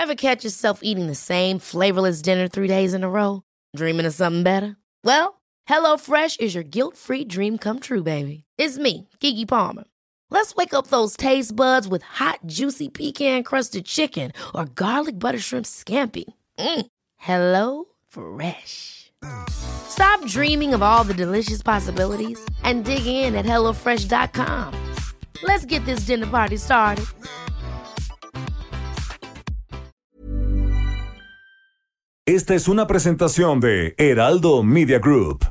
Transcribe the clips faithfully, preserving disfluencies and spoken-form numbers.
Ever catch yourself eating the same flavorless dinner three days in a row? Dreaming of something better? Well, HelloFresh is your guilt-free dream come true, baby. It's me, Keke Palmer. Let's wake up those taste buds with hot, juicy pecan-crusted chicken or garlic butter shrimp scampi. Mm. Hello Fresh. Stop dreaming of all the delicious possibilities and dig in at hello fresh dot com. Let's get this dinner party started. Esta es una presentación de Heraldo Media Group.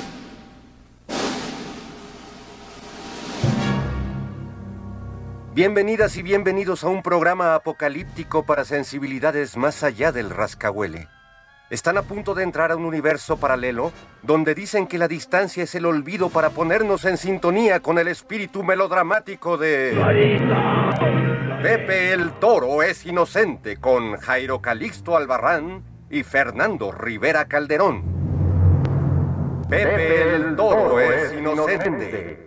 Bienvenidas y bienvenidos a un programa apocalíptico para sensibilidades más allá del rascahuele. Están a punto de entrar a un universo paralelo donde dicen que la distancia es el olvido para ponernos en sintonía con el espíritu melodramático de... Pepe el Toro es inocente, con Jairo Calixto Albarrán y Fernando Rivera Calderón. Pepe, Pepe el Toro es inocente.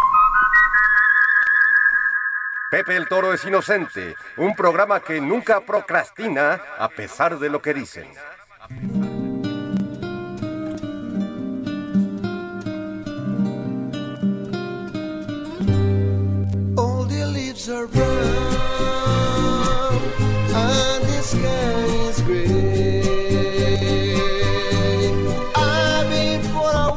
Pepe el Toro es inocente, un programa que nunca procrastina a pesar de lo que dicen. All the leaves are brown and the sky is gray. I've been for a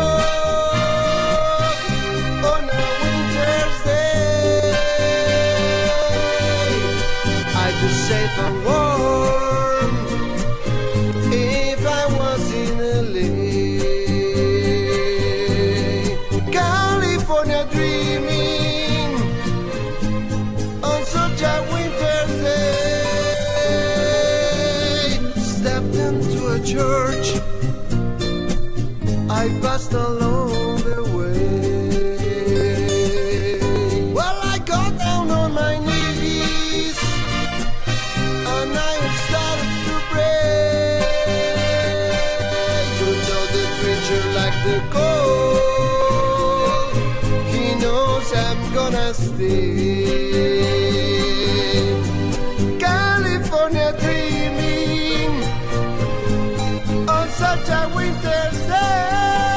walk on a winter's day. I'd be safe and warm if I was in L A. California dreaming on such a winter's day. Stepped into a church, I passed along the way. Well, I got down on my knees and I started to pray. You know the preacher like the cold, he knows I'm gonna stay. California dreaming on such a winter's day.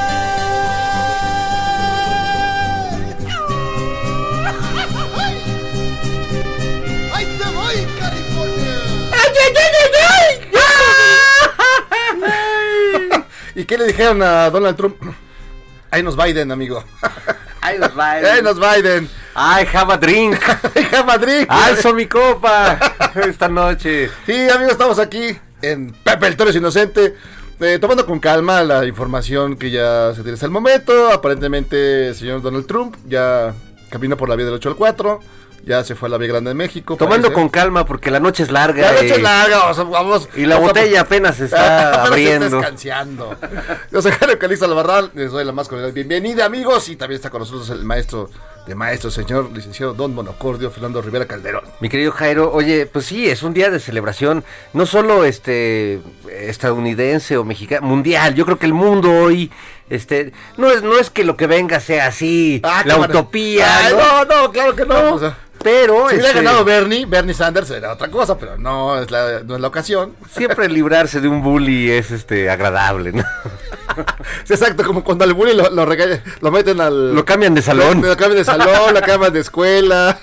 ¡Ahí te voy, California! ¿Y qué le dijeron a Donald Trump? Ahí nos Biden, amigo. Ahí nos Biden. Ahí nos Biden. Ay, have a drink. Have a drink. Alzo mi copa esta noche. Sí, amigos, estamos aquí en Pepe el Toro es inocente, eh, tomando con calma la información que ya se tiene hasta el momento. Aparentemente el señor Donald Trump ya camina por la vía del ocho al cuatro. Ya se fue a la Vía Grande de México. Tomando parece. con calma porque la noche es larga. La noche y... es larga, vamos, vamos. Y la vamos, botella apenas se está abriendo. Se está escanciando. Yo soy Jairo Calixto Albarrán, les doy la más cordial bienvenida, amigos. Y también está con nosotros el maestro de maestros, señor licenciado Don Monocordio, Fernando Rivera Calderón. Mi querido Jairo, oye, pues sí, es un día de celebración, no solo este estadounidense o mexicano, mundial. Yo creo que el mundo hoy, este, no es, no es que lo que venga sea así, Ah, la cámara. utopía. Ay, ¿no? no, no, claro que no. No, O sea, pero si hubiera este, ganado Bernie, Bernie Sanders era otra cosa, pero no es la, no es la ocasión. siempre librarse de un bully es este agradable, ¿no? Sí, exacto, como cuando al bully lo, lo, regañan, lo meten al... Lo cambian de salón. Lo, lo cambian de salón, lo cambian de escuela.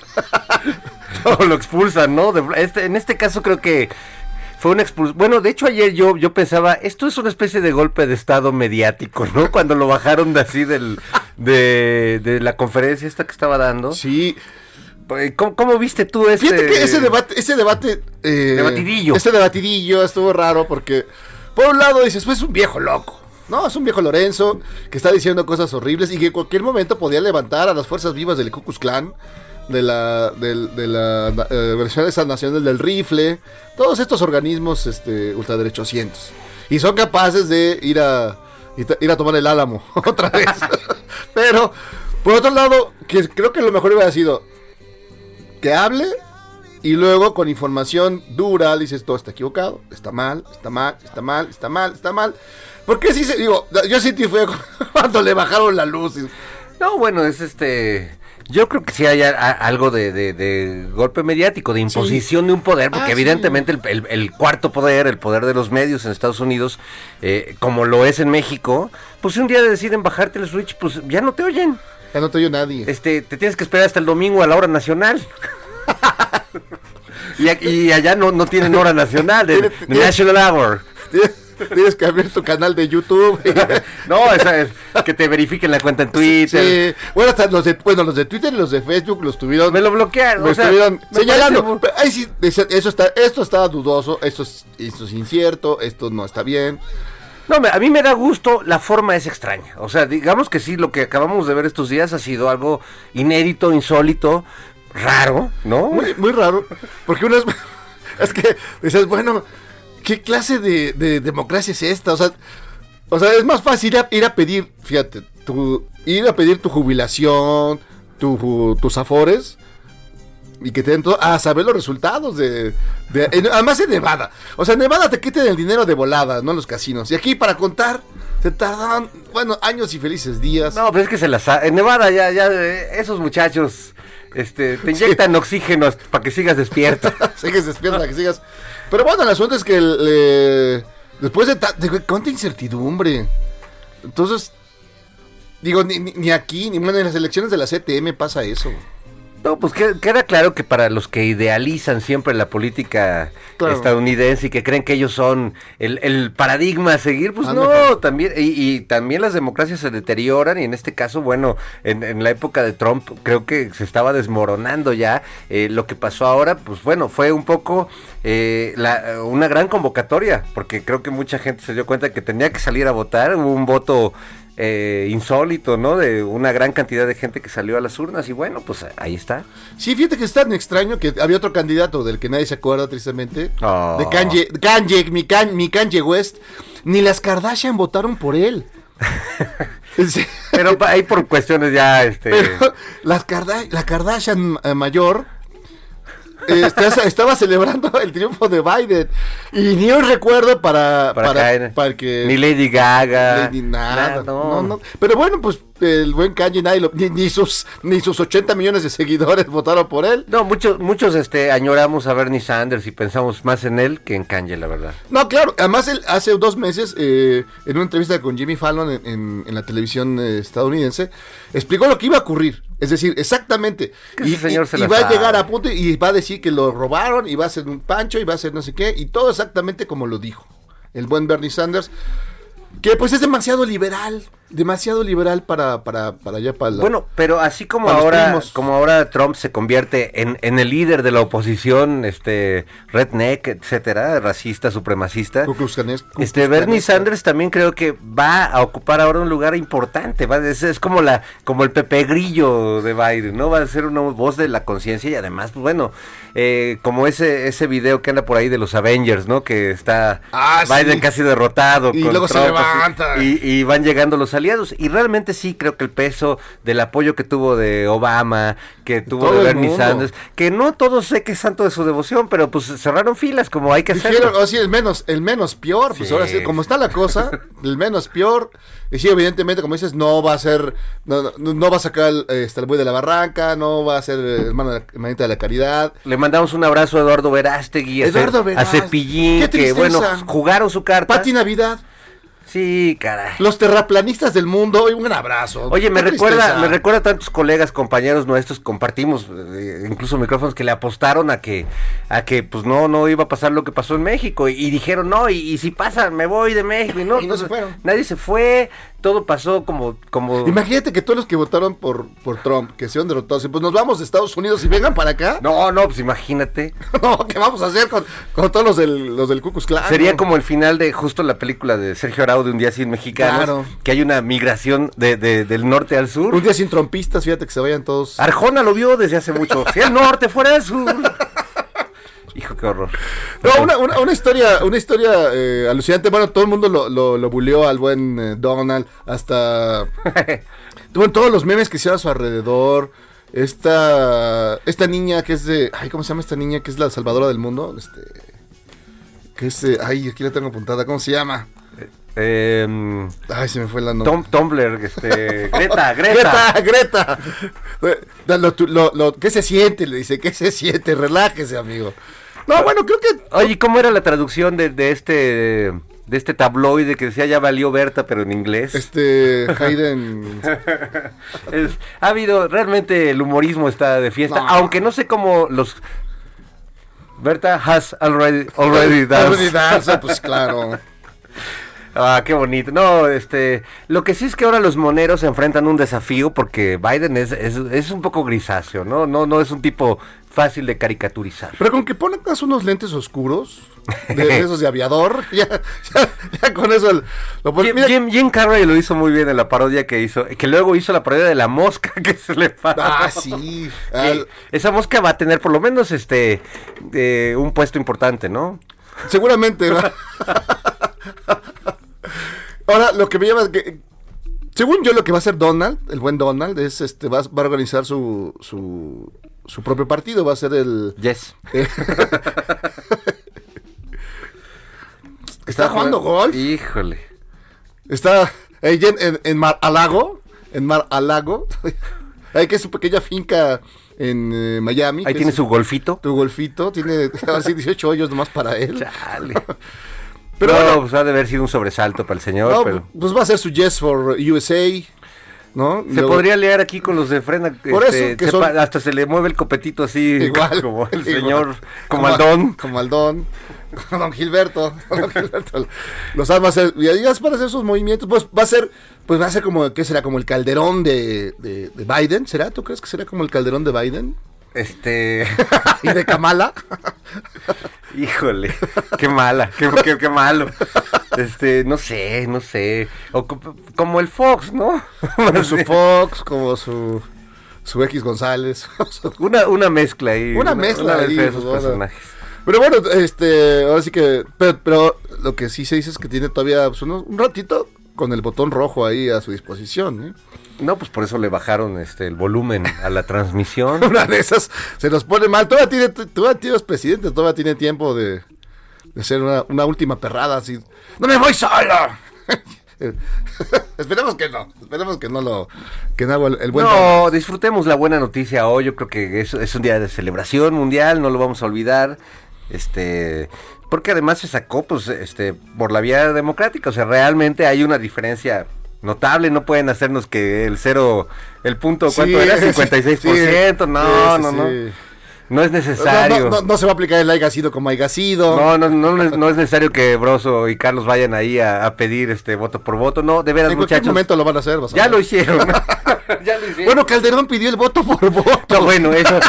O lo expulsan, ¿no? De, este, en este caso creo que fue una expulsión. Bueno, de hecho ayer yo, yo pensaba, esto es una especie de golpe de estado mediático, ¿no? Cuando lo bajaron de así del, de, de la conferencia esta que estaba dando. Sí. ¿Cómo, cómo viste tú ese? Fíjate que ese debate, ese debate... Eh, Debatidillo. Ese debatidillo estuvo raro porque, por un lado dices, pues es un viejo loco. No, es un viejo Lorenzo que está diciendo cosas horribles y que en cualquier momento podía levantar a las fuerzas vivas del Ku Klux Klan, de la, de, de la eh, versión de esa nacional del rifle, todos estos organismos este, ultraderechocientos. Y son capaces de ir a, ir a tomar el Álamo otra vez. Pero, por otro lado, que creo que lo mejor hubiera sido que hable y luego con información dura dices, todo está equivocado, está mal, está mal, está mal, está mal, está mal. Porque sí se, digo, yo sentí fue cuando le bajaron la luz. Y... No, bueno, es este... Yo creo que sí hay a, a, algo de, de, de golpe mediático, de imposición sí. de un poder, porque ah, evidentemente sí. el, el, el cuarto poder, el poder de los medios en Estados Unidos, eh, como lo es en México, pues si un día deciden bajarte el switch, pues ya no te oyen. Ya no te oye nadie. Este, te tienes que esperar hasta el domingo a la hora nacional. y, a, y allá no, no tienen hora nacional, de, de National Hour. Tienes que abrir tu canal de YouTube. No, esa es que te verifiquen la cuenta en Twitter. Sí. Bueno, hasta los de, bueno, los de Twitter y los de Facebook los tuvieron. Me lo bloquearon. Me o sea, estuvieron me señalando. Ay, sí, eso está, esto está dudoso, esto es, esto es incierto, esto no está bien. No, a mí me da gusto, la forma es extraña. O sea, digamos que sí, lo que acabamos de ver estos días ha sido algo inédito, insólito, raro, ¿no? Muy, muy raro. Porque uno es. Es que dices, bueno. ¿Qué clase de, de democracia es esta? O sea, o sea, es más fácil ir a, ir a pedir, fíjate, tu, ir a pedir tu jubilación, tu, tus afores, y que te den todo, a saber los resultados de, de en, además en Nevada. O sea, en Nevada te quiten el dinero de volada, no en los casinos. Y aquí para contar, se tardan, bueno, años y felices días. No, pero es que se las... En Nevada ya, ya, esos muchachos... Este, te inyectan sí. oxígeno para que sigas despierto. Sigues despierto para que sigas. Pero bueno, el asunto es que el, eh, después de, ta, de cuánta incertidumbre. Entonces, digo, ni, ni aquí, ni en las elecciones de la C T M pasa eso. No, pues que, queda claro que para los que idealizan siempre la política claro. estadounidense y que creen que ellos son el, el paradigma a seguir, pues ah, no, no, también, y, y también las democracias se deterioran, y en este caso, bueno, en, en la época de Trump creo que se estaba desmoronando ya. Eh, lo que pasó ahora, pues bueno, fue un poco eh, la, una gran convocatoria, porque creo que mucha gente se dio cuenta que tenía que salir a votar, hubo un voto Eh, insólito, ¿no? De una gran cantidad de gente que salió a las urnas y bueno, pues ahí está. Sí, fíjate que es tan extraño que había otro candidato del que nadie se acuerda tristemente, oh. de Kanye, Kanye, mi, Kanye, mi Kanye West, ni las Kardashian votaron por él. Sí. Pero ahí por cuestiones ya, este... Pero las Karda- la Kardashian eh, mayor... Estaba, estaba celebrando el triunfo de Biden y ni un recuerdo para para, para, para que ni Lady Gaga Lady nada, nada no. No, no. Pero bueno, pues el buen Kanye nadie lo, ni, ni sus ni sus ochenta millones de seguidores votaron por él. No, muchos muchos este añoramos a Bernie Sanders y pensamos más en él que en Kanye, la verdad. No, claro, además él hace dos meses eh, en una entrevista con Jimmy Fallon en, en, en la televisión eh, estadounidense explicó lo que iba a ocurrir. Es decir, exactamente. Y, señor y, se y va sabe. a llegar a punto y va a decir que lo robaron y va a ser un pancho y va a ser no sé qué y todo exactamente como lo dijo el buen Bernie Sanders, que pues es demasiado liberal, demasiado liberal para para para allá para la, bueno, pero así como ahora como ahora Trump se convierte en, en el líder de la oposición, este redneck, etcétera, racista, supremacista, Cucuzcanes, este Bernie Sanders también creo que va a ocupar ahora un lugar importante, va es, es como la como el Pepe Grillo de Biden, ¿no? Va a ser una voz de la conciencia y además, pues bueno, eh, como ese ese video que anda por ahí de los Avengers, ¿no? Que está ah, Biden sí. casi derrotado y con luego Trump, se levanta así, y, y van llegando los aliados, y realmente sí creo que el peso del apoyo que tuvo de Obama, que tuvo todo de Bernie mundo. Sanders, que no todos sé que es santo de su devoción, pero pues cerraron filas como hay que Dijeron, hacerlo. O sea, el menos, el menos peor, pues sí. ahora sí, como está la cosa, el menos peor, y sí, evidentemente, como dices, no va a ser, no, no, no va a sacar este, el buey de la barranca, no va a ser hermano de la, hermanita de la caridad. Le mandamos un abrazo a Eduardo Verástegui, Eduardo a, Verástegui. a Cepillín, Qué que bueno, tristeza. jugaron su carta. Pati Navidad. Sí, caray. Los terraplanistas del mundo, un abrazo. Oye, me Qué recuerda, tristeza. me recuerda a tantos colegas, compañeros nuestros, compartimos eh, incluso micrófonos que le apostaron a que, a que pues no, no iba a pasar lo que pasó en México, y, y dijeron no, y, y si pasa, me voy de México, y no, Y no pues, se fueron. Nadie se fue, todo pasó como, como. Imagínate que todos los que votaron por, por Trump, que sean derrotados, pues nos vamos de Estados Unidos y vengan para acá. No, no, pues imagínate. No, ¿qué vamos a hacer con, con todos los del, los del Ku Klux Klan? Sería ¿no? como el final de justo la película de Sergio Arau de Un día sin mexicanos, Claro. que hay una migración de, de, del norte al sur. Un día sin trompistas, fíjate que se vayan todos. Arjona lo vio desde hace mucho. Si el norte fuera el sur. Hijo, qué horror. No, una, una, una historia, una historia eh, alucinante. Bueno, todo el mundo lo, lo, lo buleó al buen eh, Donald. Hasta bueno, todos los memes que hicieron a su alrededor. Esta esta niña que es de, ay, ¿cómo se llama esta niña que es la salvadora del mundo? Este, que es, eh, ay, aquí la tengo apuntada. ¿Cómo se llama? Eh, Ay, se me fue la nombre. Tom, Tumblr, este, Greta, Greta. Greta, Greta. Lo, lo, lo, ¿Qué se siente? Le dice, ¿qué se siente? Relájese, amigo. No, bueno, creo que... Oye, ¿cómo era la traducción de, de este de este tabloide que decía ya valió Berta, pero en inglés? Este, Hayden... es, ha habido, realmente el humorismo está de fiesta, No. aunque no sé cómo los... Berta has already, already danced. Already danced, pues claro. Ah, qué bonito. No, este, lo que sí es que ahora los moneros se enfrentan a un desafío porque Biden es, es, es un poco grisáceo, ¿no? No, no es un tipo fácil de caricaturizar. Pero con que pongas unos lentes oscuros, de esos de aviador, ya, ya, ya con eso el- lo pon- Jim, mira- Jim, Jim Carrey lo hizo muy bien en la parodia que hizo, que luego hizo la parodia de la mosca que se le paró. Ah, sí. Que Al- esa mosca va a tener por lo menos este eh, un puesto importante, ¿no? seguramente, ¿verdad? Ahora, lo que me llama es que, según yo, lo que va a hacer Donald, el buen Donald, es este, va, va a organizar su, su, su propio partido, va a ser el... Yes. Está jugando golf. Híjole. Está ahí en, en, en Mar-a-Lago, en Mar-a-Lago, ahí que es su pequeña finca en eh, Miami. Ahí que tiene es su golfito. tu golfito, tiene así dieciocho hoyos nomás para él. Chale. Pero no, bueno, pues ha de haber sido un sobresalto para el señor, no, pero... pues va a ser su Yes for U S A, ¿no? Se Luego- podría liar aquí con los de frena. Por este, eso, que se son- pa- hasta se le mueve el copetito así, Igual. como el igual. señor, como, Como al don. Como al don. Don Gilberto. Don Gilberto. Los armas a hacer, y ahí es para hacer sus movimientos. Pues va a ser, pues va a ser como, ¿qué será? Como el calderón de, de, de Biden, ¿será? ¿Tú crees que será como el calderón de Biden? Este, ¿Y de Kamala? híjole, qué mala, qué, qué, qué malo. Este, no sé, no sé. O co- como el Fox, ¿no? Como su Fox, como su, su X González. Una, una mezcla ahí. Una mezcla una ahí, de esos pues, bueno. personajes. Pero bueno, este, ahora sí que, pero, pero lo que sí se dice es que tiene todavía pues, unos- un ratito con el botón rojo ahí a su disposición, ¿eh? No, pues por eso le bajaron este el volumen a la transmisión. Una de esas se nos pone mal. Todavía tiene, todavía tiene, es presidente, todavía tiene tiempo de, de hacer una, una última perrada así. ¡No me voy solo! Esperemos que no, esperemos que no lo, que no haga el, el buen No, disfrutemos la buena noticia hoy. Yo creo que es, es un día de celebración mundial, no lo vamos a olvidar. Este, porque además se sacó, pues, este, por la vía democrática. O sea, realmente hay una diferencia notable. No pueden hacernos que el cero, el punto, ¿cuánto Sí, era? cincuenta y seis por ciento. sí, No, sí, no, sí. no. No es No, necesario. no, no, no se va a aplicar el haya sido como haya sido. No, no, no, no es- no es necesario que Broso y Carlos vayan ahí a, a pedir este voto por voto. No, de veras, En cualquier muchachos. momento lo van a hacer. vas a Ya ver. lo hicieron. ya lo hicieron. Bueno, Calderón pidió el voto por voto. No, bueno, eso.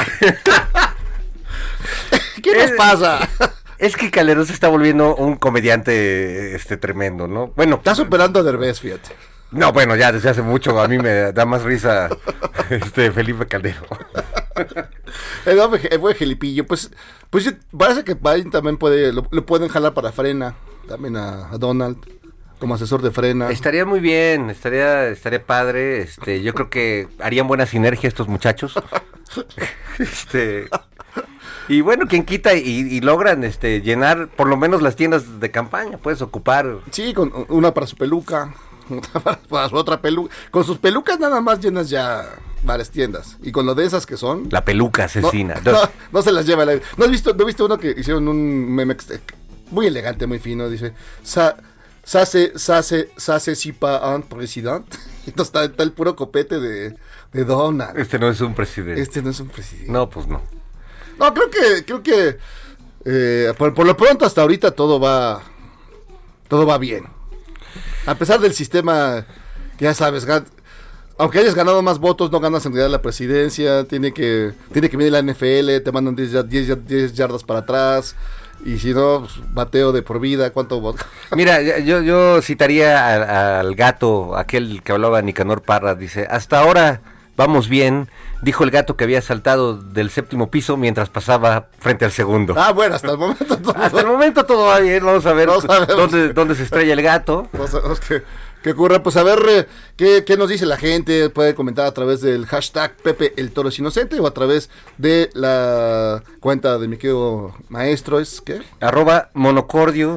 ¿Qué nos Eh, pasa? Es que Calderón se está volviendo un comediante este tremendo, ¿no? Bueno, Está superando a Derbez, fíjate. no, bueno, ya desde hace mucho a mí me da más risa este Felipe Calderón. El hombre, el buen Gelipillo, pues, pues sí, parece que Biden también puede, lo, lo pueden jalar para frena, también a, a Donald, como asesor de frena. Estaría muy bien, estaría estaría padre, este, yo creo que harían buena sinergia estos muchachos. Este, y bueno, quien quita y, y logran este llenar por lo menos las tiendas de campaña, puedes ocupar. Sí, con una para su peluca, otra para, para su otra peluca. Con sus pelucas nada más llenas ya varias tiendas. Y con lo de esas que son... La peluca no, asesina. no, no se las lleva. La, ¿No has visto, no has visto uno que hicieron un meme que- muy elegante, muy fino? Dice, Sa, Sase, Sase, Sase, Sipa, un president. Entonces está, está el puro copete de, de Donald. Este no es un presidente. Este no es un presidente. No, pues no. No, creo que, creo que eh, por, por lo pronto hasta ahorita todo va, todo va bien. A pesar del sistema, ya sabes, gan- aunque hayas ganado más votos, no ganas en realidad la presidencia. Tiene que, tiene que venir la N F L, te mandan diez, ya- diez, diez yardas para atrás. Y si no, pues, bateo de por vida, ¿cuánto voto? Mira, yo, yo citaría a- al gato, aquel que hablaba Nicanor Parra, dice, hasta ahora vamos bien, dijo el gato que había saltado del séptimo piso mientras pasaba frente al segundo. Ah, bueno, hasta el momento todo. Hasta el momento todo va bien, vamos a ver Vamos a ver. dónde, dónde se estrella el gato. No sabemos qué, qué ocurre. Pues a ver eh, qué, qué nos dice la gente. Puede comentar a través del hashtag Pepe el Toro es Inocente o a través de la cuenta de mi querido maestro. ¿Es qué? Arroba monocordio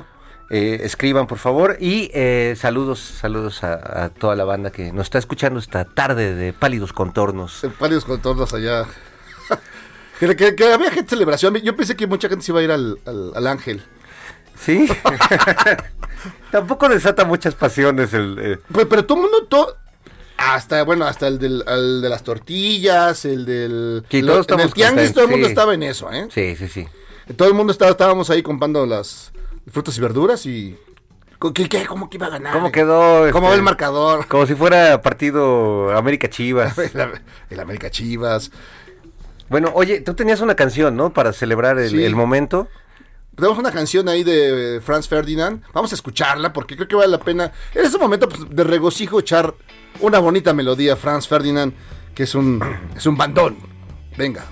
eh, escriban por favor y eh, saludos, saludos a, a toda la banda que nos está escuchando esta tarde de Pálidos Contornos. De Pálidos Contornos allá. que, que, que había gente celebración. Yo pensé que mucha gente se iba a ir al, al, al Ángel. Sí. Tampoco desata muchas pasiones el. Eh. Pues, pero todo el mundo, todo, hasta bueno, hasta el del el de las tortillas, el del. Sí, lo, en el tianguis todo el mundo sí. estaba en eso, ¿eh? Sí, sí, sí. Todo el mundo estaba, estábamos ahí comprando las frutas y verduras y. ¿Qué, qué, ¿Cómo que iba a ganar? ¿Cómo quedó? ¿Cómo este, va el marcador? Como si fuera partido América Chivas. el, el América Chivas. Bueno, oye, tú tenías una canción, ¿no? Para celebrar el, Sí. el momento. Tenemos una canción ahí de Franz Ferdinand. Vamos a escucharla porque creo que vale la pena. En ese momento pues, de regocijo echar una bonita melodía, Franz Ferdinand, que es un, es un bandón. Venga.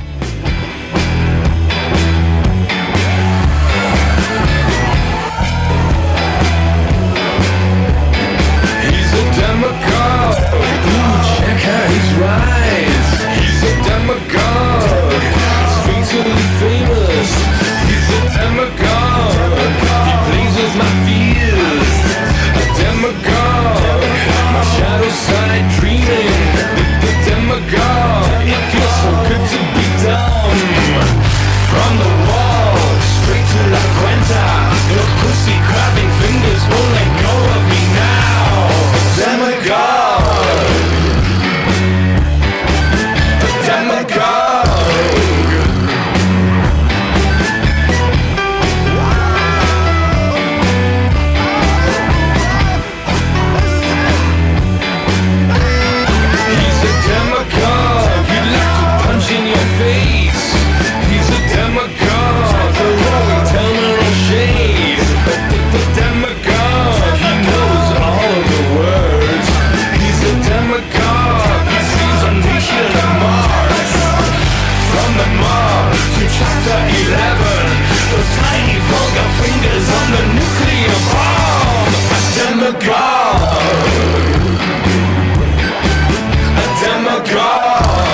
He's a demagogue. Ooh, check out his rise. He's a demagogue. Fatally famous. He's a demagogue. He pleases my fears. A demagogue. My shadow side dreaming. The, the demagogue. It feels so good to be dumb. From the wall straight to La Cuenta. Your pussy grabbing fingers won't let go of me now. Demagogue. Demagogue. He's a demagogue. He'd like to punch in your face. He's a demagogue. Throwing terminal shade. The, the, the demagogue. He knows all of the words. He's a demagogue. He sees a nation of Mars. From the Mars to chapter eleven. Those tiny vulgar fingers on the nuclear bomb. A demagogue. A demagogue.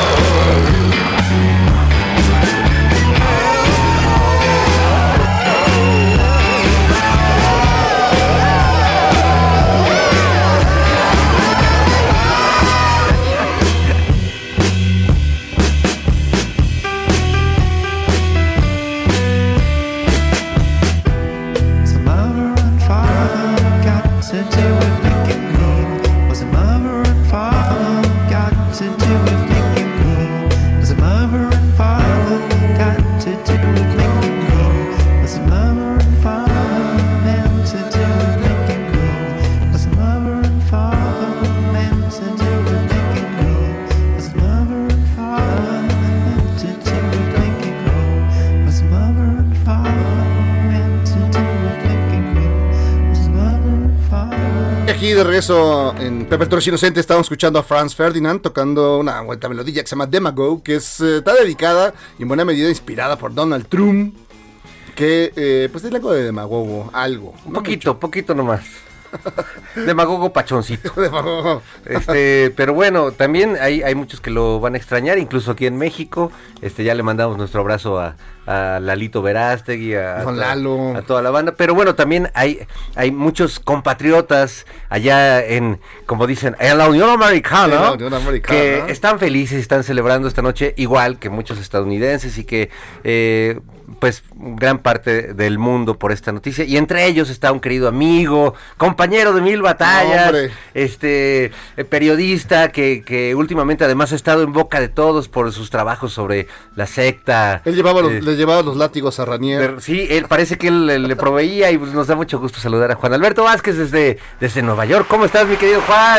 Was a mother and father got to do with making me? Was a mother and father got to do with making me? Was a mother and father got to do with making me? Was a mother and father meant to do with making me? Was a mother and father meant to do with making me? Was a mother and father meant to do with making me? Was a mother and father meant to do with making me? Was a mother and father. Y aquí de regreso en Pepe Torres Inocente estamos escuchando a Franz Ferdinand tocando una buena melodía que se llama Demagogue, que es, eh, está dedicada y en buena medida inspirada por Donald Trump, que eh, pues es algo de demagogo, algo. Un poquito, poquito nomás. Demagogo pachoncito. Demagogo. Este, pero bueno, también hay, hay muchos que lo van a extrañar, incluso aquí en México. Este, ya le mandamos nuestro abrazo a, a Lalito Verástegui, a, Don a, Lalo. a toda la banda. Pero bueno, también hay, hay muchos compatriotas allá en, como dicen, en la Unión Americana, En la Unión Americana. que están felices, están celebrando esta noche, igual que muchos estadounidenses, y que eh, pues gran parte del mundo por esta noticia, y entre ellos está un querido amigo, compañero de mil batallas, Hombre. este eh, periodista que, que últimamente además ha estado en boca de todos por sus trabajos sobre la secta. Él llevaba los, Eh, le llevaba los látigos a Ranier. de- sí, él parece que él le, le proveía, y pues nos da mucho gusto saludar a Juan Alberto Vázquez desde, desde Nueva York. ¿Cómo estás, mi querido Juan?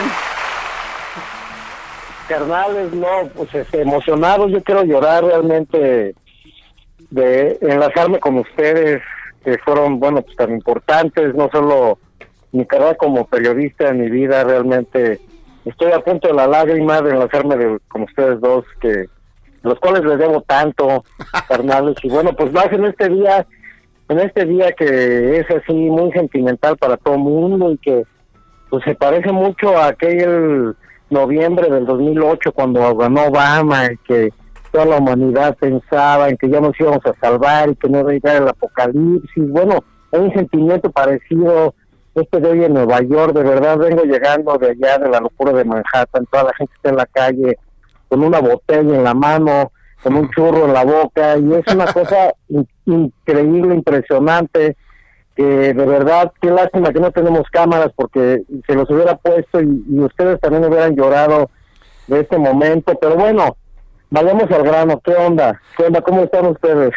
Carnales, no, pues este, emocionado, yo quiero llorar realmente de enlazarme con ustedes, que fueron, bueno, pues tan importantes, no solo mi carrera como periodista en mi vida, realmente estoy a punto de la lágrima de enlazarme de, con ustedes dos, que los cuales les debo tanto, carnales, y bueno, pues más en este día, en este día que es así muy sentimental para todo el mundo y que pues se parece mucho a aquel noviembre del dos mil ocho cuando ganó Obama y que toda la humanidad pensaba en que ya nos íbamos a salvar y que no iba a llegar el apocalipsis. Bueno, hay un sentimiento parecido este de hoy en Nueva York. De verdad vengo llegando de allá de la locura de Manhattan, toda la gente está en la calle con una botella en la mano, con un churro en la boca, y es una cosa in- increíble, impresionante, que de verdad, qué lástima que no tenemos cámaras, porque se los hubiera puesto y, y ustedes también hubieran llorado de este momento, pero bueno, vayamos al grano. ¿Qué onda? ¿Qué onda? ¿Cómo están ustedes?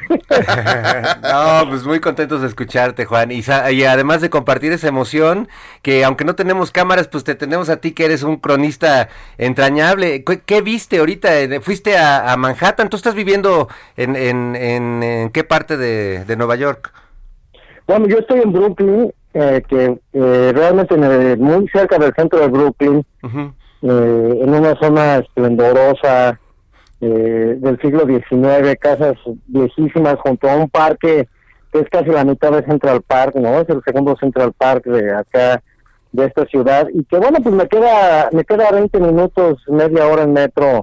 No, pues muy contentos de escucharte, Juan, y, sa- y además de compartir esa emoción, que aunque no tenemos cámaras, pues te tenemos a ti, que eres un cronista entrañable. ¿Qué, qué viste ahorita? Eh, ¿Fuiste a, a Manhattan? ¿Tú estás viviendo en, en, en, en qué parte de, de Nueva York? Bueno, yo estoy en Brooklyn, eh, que eh, realmente en el- muy cerca del centro de Brooklyn, Ujú. eh, en una zona esplendorosa eh, del siglo diecinueve, casas viejísimas junto a un parque que es casi la mitad de Central Park, ¿no? Es el segundo Central Park de acá, de esta ciudad, y que bueno, pues me queda me queda veinte minutos, media hora en metro,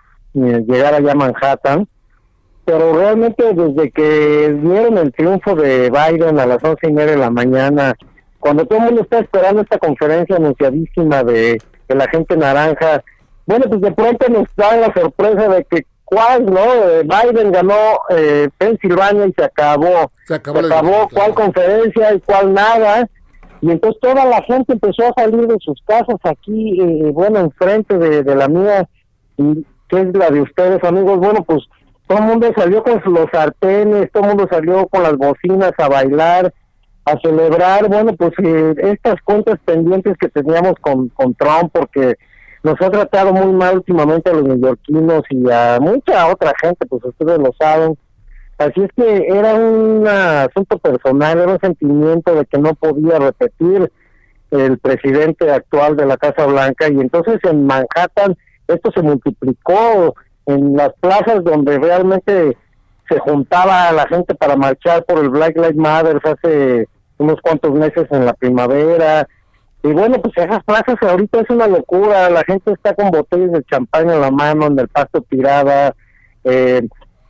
eh, llegar allá a Manhattan. Pero realmente desde que dieron el triunfo de Biden a las once y media de la mañana, cuando todo el mundo está esperando esta conferencia anunciadísima de, de la gente naranja, bueno, pues de pronto nos da la sorpresa de que cuál, ¿no? Eh, Biden ganó eh, Pensilvania y se acabó. Se acabó Se la acabó discusión, cuál claro. conferencia y cuál nada. Y entonces toda la gente empezó a salir de sus casas aquí, eh, bueno, enfrente de, de la mía, y que es la de ustedes, amigos. Bueno, pues todo el mundo salió con los sartenes, todo el mundo salió con las bocinas a bailar, a celebrar, bueno, pues eh, estas cuentas pendientes que teníamos con, con Trump, porque nos ha tratado muy mal últimamente a los neoyorquinos y a mucha otra gente, pues ustedes lo saben. Así es que era un asunto personal, era un sentimiento de que no podía repetir el presidente actual de la Casa Blanca, y entonces en Manhattan esto se multiplicó en las plazas donde realmente se juntaba la gente para marchar por el Black Lives Matter hace unos cuantos meses en la primavera. Y bueno, pues esas plazas ahorita es una locura, la gente está con botellas de champán en la mano, en el pasto tirada, eh,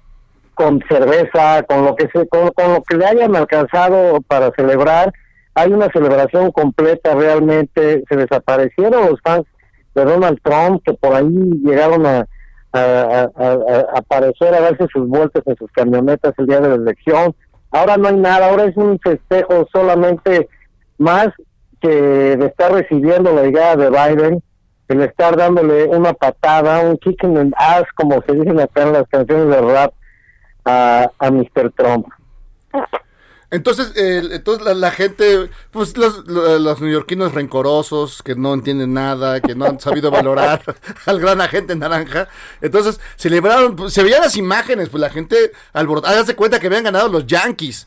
con cerveza, con lo que se, con, con lo que le hayan alcanzado para celebrar. Hay una celebración completa realmente. Se desaparecieron los fans de Donald Trump, que por ahí llegaron a, a, a, a, a aparecer, a darse sus vueltas en sus camionetas el día de la elección. Ahora no hay nada, ahora es un festejo solamente más que de estar recibiendo la llegada de Biden, el estar dándole una patada, un kick in the ass, como se dicen acá en las canciones de rap, a, a mister Trump. Entonces, eh, entonces la, la gente, pues los, los, los neoyorquinos rencorosos, que no entienden nada, que no han sabido valorar al gran agente naranja, entonces celebraron, pues, se veían las imágenes, pues la gente alborotada, hágase cuenta que habían ganado los Yankees.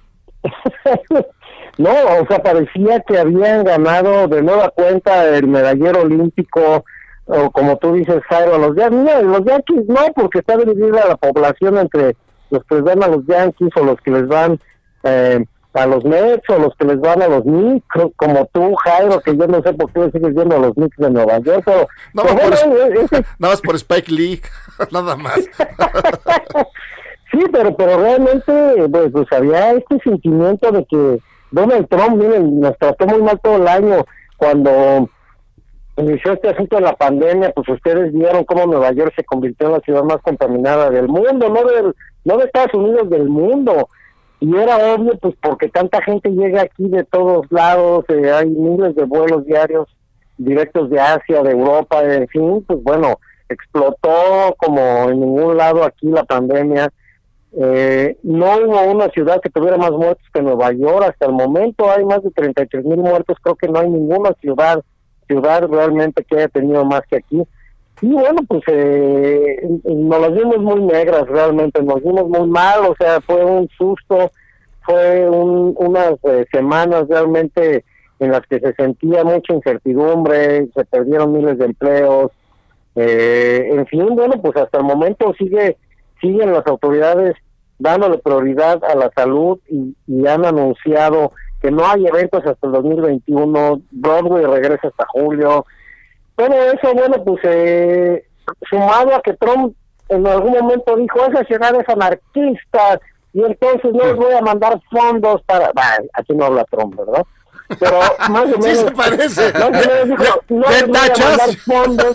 No, o sea, parecía que habían ganado de nueva cuenta el medallero olímpico, o como tú dices, Jairo, los Yankees. Mira, los Yankees no, porque está dividida la población entre los que les van a los Yankees o los que les van eh, a los Mets o los que les van a los Knicks, como tú, Jairo, que yo no sé por qué sigues viendo a los Knicks de Nueva York, pero, No, pero por, bueno, ese- nada más por Spike Lee, nada más. Sí, pero pero realmente pues, pues había este sentimiento de que Donald Trump, miren, nos trató muy mal todo el año. Cuando inició este asunto de la pandemia, pues ustedes vieron cómo Nueva York se convirtió en la ciudad más contaminada del mundo, no del, no de Estados Unidos, del mundo. Y era obvio, pues porque tanta gente llega aquí de todos lados, eh, hay miles de vuelos diarios directos de Asia, de Europa, en fin, pues bueno, explotó como en ningún lado aquí la pandemia. Eh, no hubo una ciudad que tuviera más muertos que Nueva York. Hasta el momento hay más de treinta y tres mil muertos. Creo que no hay ninguna ciudad ciudad realmente que haya tenido más que aquí. Y bueno, pues eh, nos las vimos muy negras realmente, nos vimos muy mal. O sea, fue un susto, fue un, unas eh, semanas realmente en las que se sentía mucha incertidumbre, se perdieron miles de empleos. Eh, en fin, bueno, pues hasta el momento sigue siguen las autoridades dándole prioridad a la salud y, y han anunciado que no hay eventos hasta el dos mil veintiuno, Broadway regresa hasta julio. Todo eso, bueno, pues eh, sumado a que Trump en algún momento dijo, esa ciudad es anarquista, y entonces no les voy a mandar fondos para... Bah, aquí no habla Trump, ¿verdad? Pero más o menos... Sí se parece. Más o menos dijo, no les voy a mandar fondos.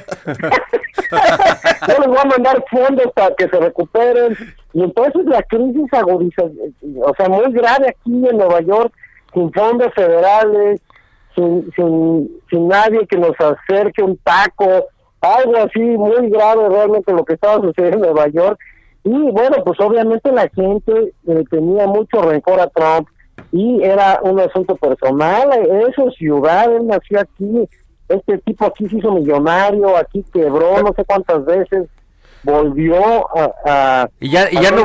No les voy a mandar fondos para que se recuperen. Y entonces la crisis agudiza, o sea, muy grave aquí en Nueva York, sin fondos federales, sin, sin, sin nadie que nos acerque un taco, algo así muy grave realmente lo que estaba sucediendo en Nueva York. Y bueno, pues obviamente la gente eh, tenía mucho rencor a Trump y era un asunto personal. Eso es ciudad, él nació aquí, este tipo aquí se hizo millonario, aquí quebró no sé cuántas veces, volvió a... a y ya, y a ya no...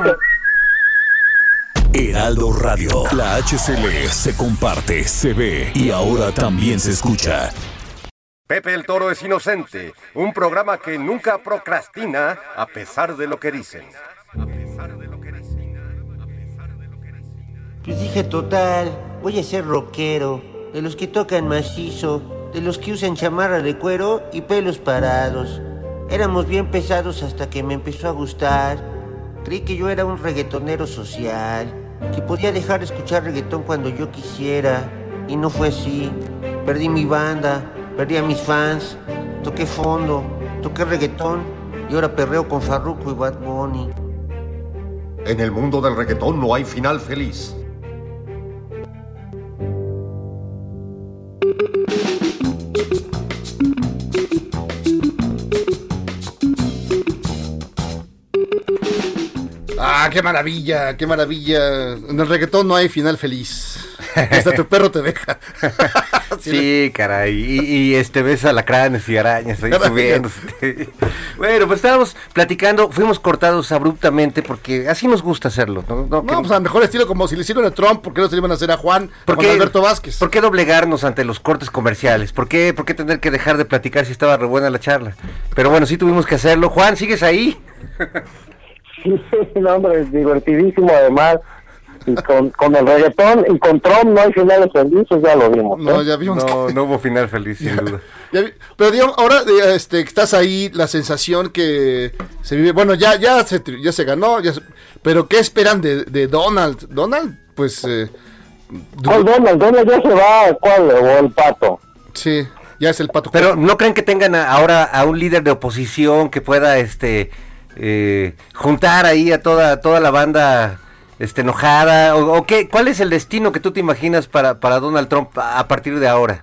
Heraldo Radio, la H C L se comparte, se ve y ahora también se escucha. Pepe el Toro es inocente, un programa que nunca procrastina a pesar de lo que dicen. Pues dije, total, voy a ser rockero, de los que tocan macizo, de los que usan chamarra de cuero y pelos parados. Éramos bien pesados hasta que me empezó a gustar. Creí que yo era un reggaetonero social, que podía dejar de escuchar reggaetón cuando yo quisiera, y no fue así. Perdí mi banda, perdí a mis fans, toqué fondo, toqué reggaetón, y ahora perreo con Farruko y Bad Bunny. En el mundo del reggaetón no hay final feliz. Ah, qué maravilla, qué maravilla. En el reggaetón no hay final feliz. Hasta tu perro te deja. Sí, caray. Y, y este ves alacranes y arañas ahí subiéndose. Bueno, pues estábamos platicando, fuimos cortados abruptamente porque así nos gusta hacerlo. No, no, No, que, pues al mejor estilo como si le hicieron a Trump, ¿por qué no se le iban a hacer a Juan, a ¿por Juan qué- Alberto Vázquez? ¿Por qué doblegarnos ante los cortes comerciales? ¿Por qué, ¿Por qué tener que dejar de platicar si estaba re buena la charla? Pero bueno, sí tuvimos que hacerlo. Juan, ¿sigues ahí? Sí, no, hombre, es divertidísimo además. Y con, con el reggaetón y con Trump no hay finales felices, ya lo vimos. No, ¿eh? ya vimos No, que... no hubo final feliz, sin duda. Ya vi- pero digamos, ahora eh, este, que estás ahí, la sensación que se vive, bueno, ya ya se, tri- ya se ganó, ya se- pero ¿qué esperan de, de Donald? Donald, pues... Eh, ¿Cuál du- Donald? Donald ya se va, ¿cuál? O el pato. sí, ya es el pato. Pero ¿no creen que tengan a- ahora a un líder de oposición que pueda este eh, juntar ahí a toda toda la banda este enojada? ¿O, o qué? ¿Cuál es el destino que tú te imaginas para, para Donald Trump a, a partir de ahora?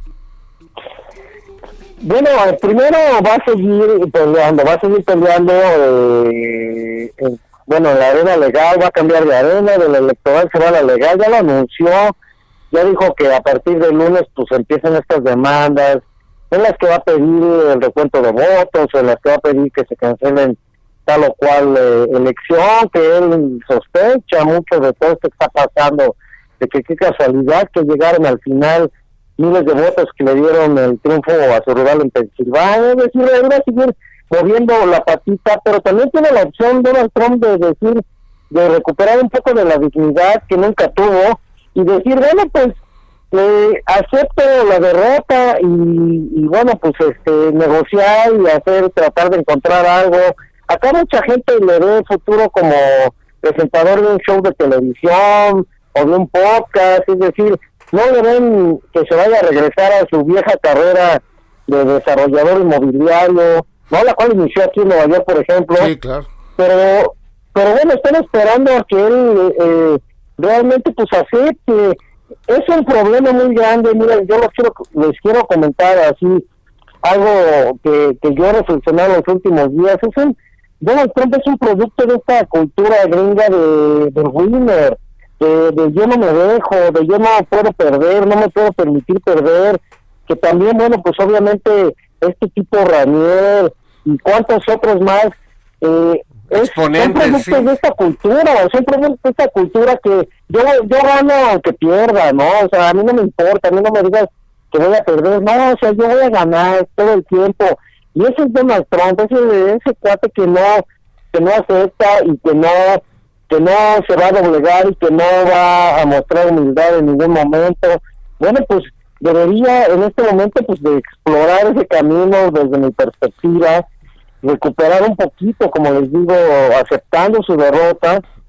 Bueno, eh, primero va a seguir peleando, va a seguir peleando, eh, en- bueno, en la arena legal, va a cambiar de arena, de la electoral se va a la legal, ya lo anunció, ya dijo que a partir del lunes pues empiezan estas demandas, en las que va a pedir el recuento de votos, en las que va a pedir que se cancelen tal o cual eh, elección, que él sospecha mucho de todo esto que está pasando, de que qué casualidad que llegaron al final miles de votos que le dieron el triunfo a su rival en Pensilvania. Es decir, él va a seguir moviendo la patita, pero también tiene la opción Donald Trump de decir, de recuperar un poco de la dignidad que nunca tuvo y decir, bueno, pues eh, acepto la derrota y, y bueno, pues este negociar y hacer, tratar de encontrar algo. Acá mucha gente le ve el futuro como presentador de un show de televisión o de un podcast, es decir, no le ven que se vaya a regresar a su vieja carrera de desarrollador inmobiliario, ¿no? La cual inició aquí en Nueva York, por ejemplo. Sí, claro. Pero, pero bueno, están esperando a que él eh, realmente pues acepte. Es un problema muy grande. Mira, yo los quiero, les quiero comentar así algo que, que yo he reflexionado en los últimos días. Es un, Donald Trump es un producto de esta cultura gringa de, del winner, de, de yo no me dejo, de yo no puedo perder, no me puedo permitir perder, que también, bueno, pues obviamente este tipo Ranier y cuantos otros más, eh, es, son Exponentes, productos sí. de esta cultura, son productos de esta cultura que yo, yo gano aunque pierda, ¿no? O sea, a mí no me importa, a mí no me digas que voy a perder, no, o sea, yo voy a ganar todo el tiempo, y ese es Donald Trump, ese, ese cuate que no, que no acepta y que no, que no se va a doblegar y que no va a mostrar humildad en ningún momento. Bueno, pues debería en este momento pues de explorar ese camino desde mi perspectiva, recuperar un poquito, como les digo, aceptando su derrota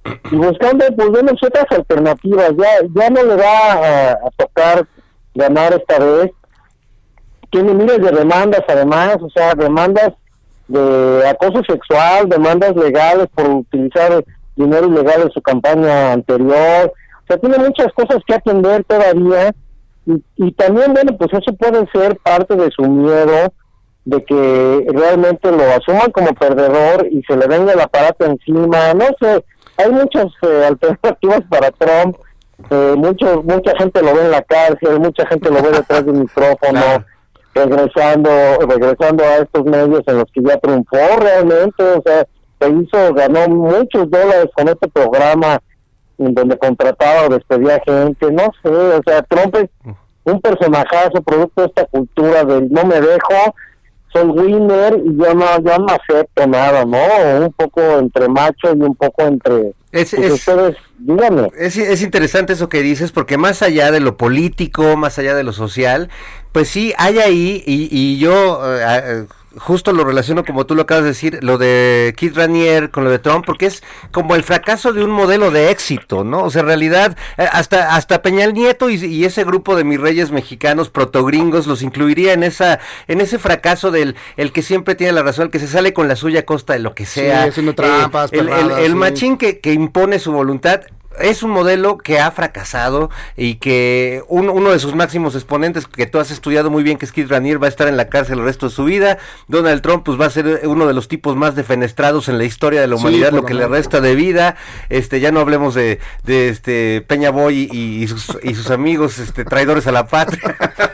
y buscando pues bueno otras alternativas. Ya ya no le va a, a tocar ganar esta vez. Tiene miles de demandas además, o sea, demandas de acoso sexual, demandas legales por utilizar dinero ilegal en su campaña anterior. O sea, tiene muchas cosas que atender todavía. Y, y también, bueno, pues eso puede ser parte de su miedo de que realmente lo asuman como perdedor y se le venga el aparato encima. No sé, hay muchas eh, alternativas para Trump. Eh, mucho, mucha gente lo ve en la cárcel, mucha gente lo ve detrás del micrófono, regresando regresando a estos medios en los que ya triunfó realmente. O sea, se hizo, ganó muchos dólares con este programa en donde contrataba o despedía gente. No sé, o sea, Trump es un personajazo producto de esta cultura del no me dejo, soy winner y yo no, yo no acepto nada, ¿no? Un poco entre macho y un poco entre... Es, pues es, ustedes, díganme. Es, es interesante eso que dices, porque más allá de lo político, más allá de lo social, pues sí, hay ahí, y, y yo eh, justo lo relaciono como tú lo acabas de decir, lo de Kit Raniere con lo de Trump, porque es como el fracaso de un modelo de éxito, ¿no? O sea, en realidad, eh, hasta hasta Peña Nieto y, y ese grupo de mis reyes mexicanos protogringos los incluiría en esa en ese fracaso del el que siempre tiene la razón, el que se sale con la suya a costa de lo que sea. Sí, haciendo trampas, eh, el, perradas, el, el sí. machín que, que impone su voluntad. Es un modelo que ha fracasado y que un, uno de sus máximos exponentes, que tú has estudiado muy bien, que es Kit Raniere, va a estar en la cárcel el resto de su vida. Donald Trump pues va a ser uno de los tipos más defenestrados en la historia de la humanidad, sí, lo que lo le resta de vida. Este, ya no hablemos de, de este Peña Boy y, y sus y sus amigos este traidores a la patria.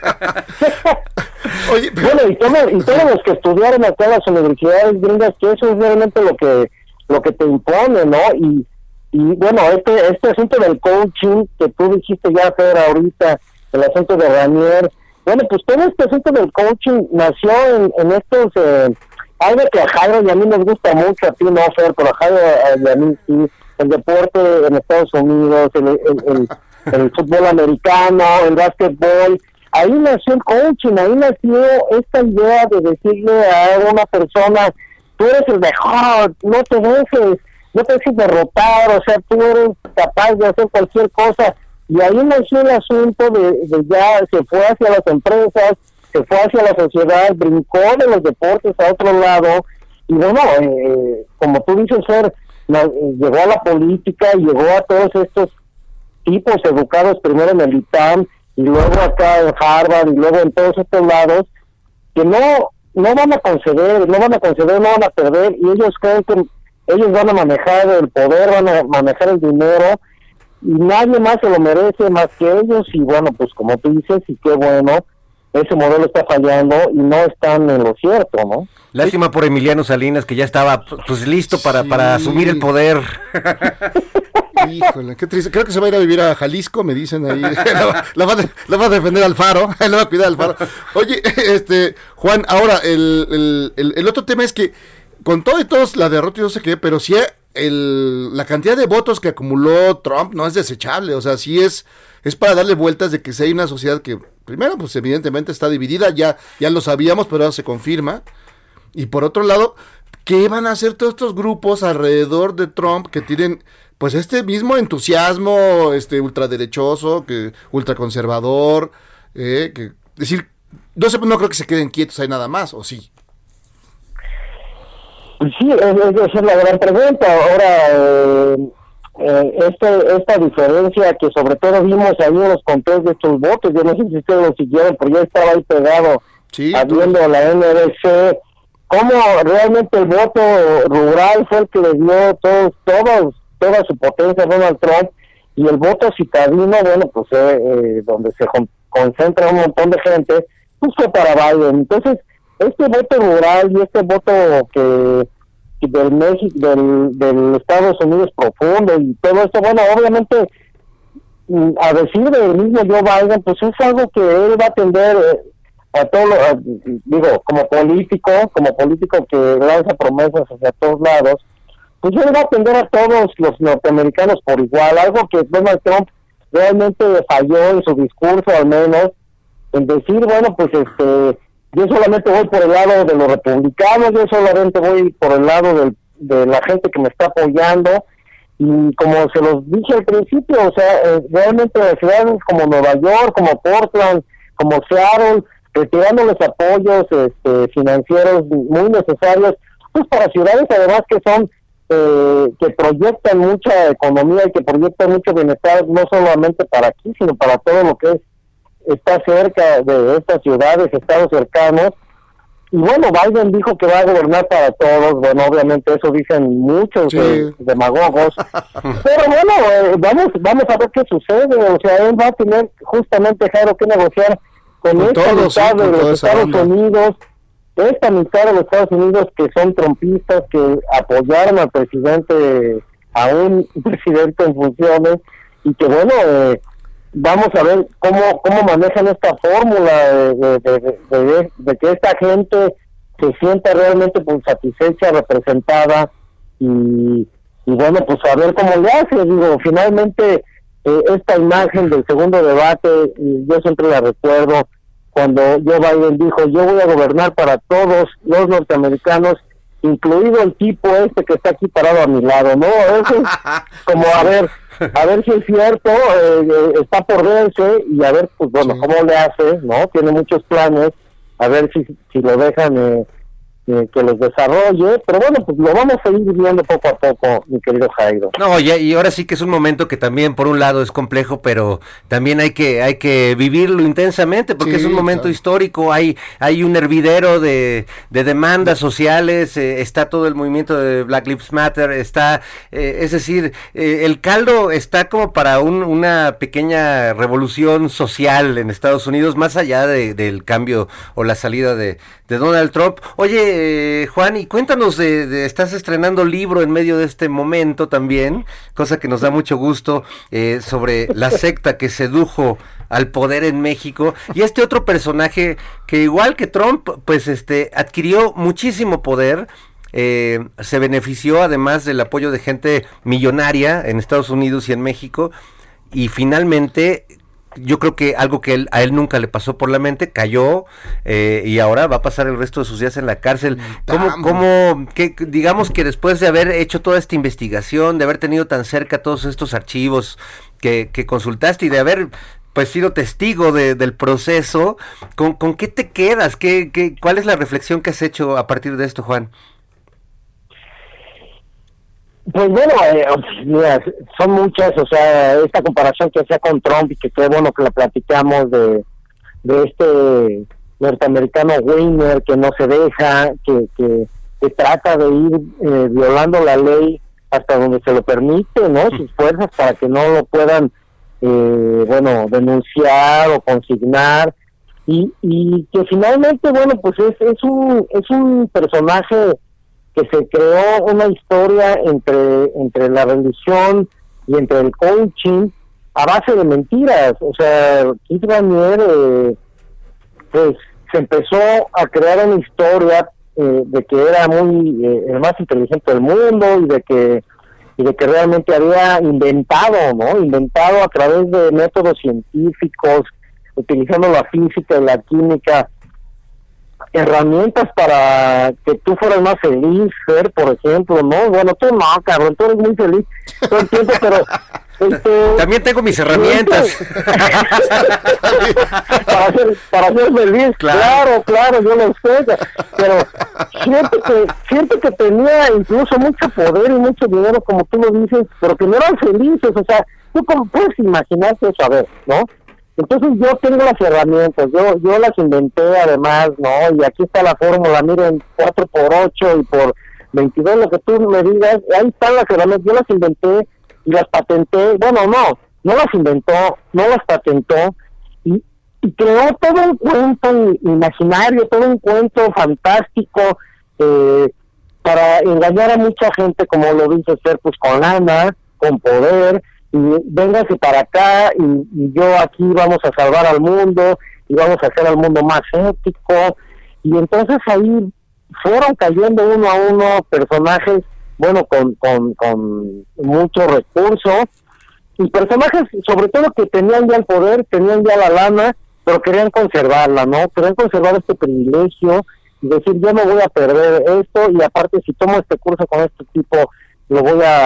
Oye, bueno, y, todo, y todos los que estudiaron acá en las universidades gringas, que eso es realmente lo que lo que te impone, ¿no? Y Y bueno, este este asunto del coaching que tú dijiste ya, Fer, ahorita, el asunto de Raniere, bueno, pues todo este asunto del coaching nació en, en estos, eh, algo que a Jairo y a mí nos gusta mucho, a ti no, Fer, pero a Jairo y a mí sí, el deporte en Estados Unidos, el, el, el, el fútbol americano, el básquetbol, ahí nació el coaching, ahí nació esta idea de decirle a una persona, tú eres el mejor, no te dejes, no te dejes derrotar, o sea, tú eres capaz de hacer cualquier cosa. Y ahí nació el asunto de, de ya se fue hacia las empresas, se fue hacia la sociedad, brincó de los deportes a otro lado. Y bueno, eh, como tú dices, Fer, na, eh, llegó a la política, llegó a todos estos tipos educados primero en el I T A M y luego acá en Harvard y luego en todos estos lados, que no, no van a conceder, no van a conceder, no van a perder, y ellos creen que ellos van a manejar el poder, van a manejar el dinero, y nadie más se lo merece más que ellos. Y bueno, pues como tú dices, y qué bueno, ese modelo está fallando y no están en lo cierto, ¿no? Lástima por Emiliano Salinas, que ya estaba pues listo para, sí. para asumir el poder. Híjole, qué triste. Creo que se va a ir a vivir a Jalisco, me dicen ahí. La va, la va, la va a defender Alfaro, la va a cuidar Alfaro. Oye, este, Juan, ahora, el, el, el, el otro tema es que con todo y todos la derrota y no sé qué, pero sí el, la cantidad de votos que acumuló Trump no es desechable, o sea, sí es, es para darle vueltas de que si hay una sociedad que, primero, pues evidentemente está dividida, ya, ya lo sabíamos, pero ahora se confirma, y por otro lado, ¿qué van a hacer todos estos grupos alrededor de Trump que tienen, pues, este mismo entusiasmo, este, ultraderechoso, que, ultraconservador, eh, que, es decir, no sé, no creo que se queden quietos ahí nada más, ¿o sí? Sí, esa es la gran pregunta. Ahora, eh, eh, este, esta diferencia que sobre todo vimos ahí en los conteos de estos votos, yo no sé si ustedes lo siguieron, pero yo estaba ahí pegado, sí, viendo tú. La N B C, cómo realmente el voto rural fue el que le dio todos, todos, toda su potencia a Donald Trump, y el voto citadino, bueno, pues eh, eh, donde se concentra un montón de gente, pues fue para Biden. Entonces, este voto rural y este voto que, que del México, del, del Estados Unidos profundo y todo esto, bueno, obviamente, a decir del mismo Joe Biden, pues es algo que él va a atender a todo, a, digo, como político, como político que lanza promesas hacia todos lados, pues él va a atender a todos los norteamericanos por igual, algo que Donald Trump realmente falló en su discurso, al menos, en decir, bueno, pues este... yo solamente voy por el lado de los republicanos, yo solamente voy por el lado del, de la gente que me está apoyando, y como se los dije al principio, o sea, eh, realmente ciudades como Nueva York, como Portland, como Seattle, retirándoles apoyos este, financieros muy necesarios, pues para ciudades además que son, eh, que proyectan mucha economía y que proyectan mucho bienestar, no solamente para aquí, sino para todo lo que es está cerca de estas ciudades, estados cercanos. Y bueno, Biden dijo que va a gobernar para todos. Bueno, obviamente eso dicen muchos Sí. eh, demagogos. Pero bueno, eh, vamos vamos a ver qué sucede. O sea, él va a tener justamente, Jairo, que negociar con, Con esta todos, sí, mitad con de toda los esa Estados onda. Unidos, esta mitad de los Estados Unidos que son trumpistas, que apoyaron al presidente, a un presidente en funciones, y que bueno, eh, vamos a ver cómo cómo manejan esta fórmula de, de, de, de, de- de que esta gente se sienta realmente pues satisfecha, representada, y, y bueno, pues a ver cómo le hace. Digo, finalmente eh, esta imagen del segundo debate, y yo siempre la recuerdo, cuando Joe Biden dijo, yo voy a gobernar para todos los norteamericanos, incluido el tipo este que está aquí parado a mi lado, ¿no? Eso es como, a ver, a ver si es cierto, eh, eh, está por verse, y a ver, pues bueno, Sí. cómo le hace, ¿no? Tiene muchos planes, a ver si, si lo dejan eh, eh, que los desarrolle, pero bueno, pues lo vamos a ir viendo poco a poco, mi querido Jairo. No, y, y ahora sí que es un momento que también por un lado es complejo, pero también hay que hay que vivirlo intensamente porque Sí, es un momento claro. histórico, hay hay un hervidero de, de demandas sociales, eh, está todo el movimiento de Black Lives Matter, está, eh, es decir, eh, el caldo está como para un, una pequeña revolución social en Estados Unidos, más allá de, del cambio o la salida de, de Donald Trump. Oye, eh, Juan, y cuéntanos, de, de- estás estrenando libro en medio de este momento también, cosa que nos da mucho gusto, eh, sobre la secta que sedujo al poder en México, y este otro personaje que igual que Trump, pues este adquirió muchísimo poder, eh, se benefició además del apoyo de gente millonaria en Estados Unidos y en México, y finalmente yo creo que algo que él, a él nunca le pasó por la mente, cayó, eh, y ahora va a pasar el resto de sus días en la cárcel. ¿Cómo, Vamos. cómo, que, digamos que después de haber hecho toda esta investigación, de haber tenido tan cerca todos estos archivos que, que consultaste y de haber pues sido testigo de, del proceso, ¿con, con qué te quedas? ¿Qué, qué, ¿Cuál es la reflexión que has hecho a partir de esto, Juan? Pues bueno, eh, mira, son muchas, o sea, esta comparación que hacía con Trump, y que qué bueno que la platicamos, de, de este norteamericano Weiner que no se deja, que, que, que trata de ir eh, violando la ley hasta donde se lo permite, ¿no? Sus fuerzas, para que no lo puedan, eh, bueno, denunciar o consignar, y, y que finalmente, bueno, pues es, es un es un personaje que se creó una historia entre entre la religión y entre el coaching a base de mentiras. O sea, Keith Raniere, eh, pues se empezó a crear una historia eh, de que era muy eh, el más inteligente del mundo, y de que y de que realmente había inventado, ¿no? Inventado a través de métodos científicos, utilizando la física y la química, herramientas para que tú fueras más feliz, Fer, por ejemplo, ¿no? Bueno, tú no, cabrón, tú eres muy feliz todo el tiempo, pero... Este, También tengo mis herramientas. para ser para ser feliz, Claro. claro, claro, yo lo sé, pero siento que siento que tenía incluso mucho poder y mucho dinero, como tú lo dices, pero que no eran felices. O sea, tú cómo puedes imaginarte eso, a ver, ¿no? Entonces yo tengo las herramientas, yo yo las inventé además, ¿no? Y aquí está la fórmula, miren, cuatro por ocho y por veintidós, lo que tú me digas, ahí están las herramientas, yo las inventé y las patenté. Bueno, no, no las inventó, no las patentó, y, y creó todo un cuento imaginario, todo un cuento fantástico, eh, para engañar a mucha gente, como lo dice Ser, pues con lana, con poder, y véngase para acá, y, y yo aquí vamos a salvar al mundo, y vamos a hacer al mundo más ético. Y entonces ahí fueron cayendo uno a uno personajes, bueno, con, con, con muchos recursos, y personajes sobre todo que tenían ya el poder, tenían ya la lana, pero querían conservarla, ¿no? Querían conservar este privilegio y decir, yo no voy a perder esto, y aparte si tomo este curso con este tipo, lo voy a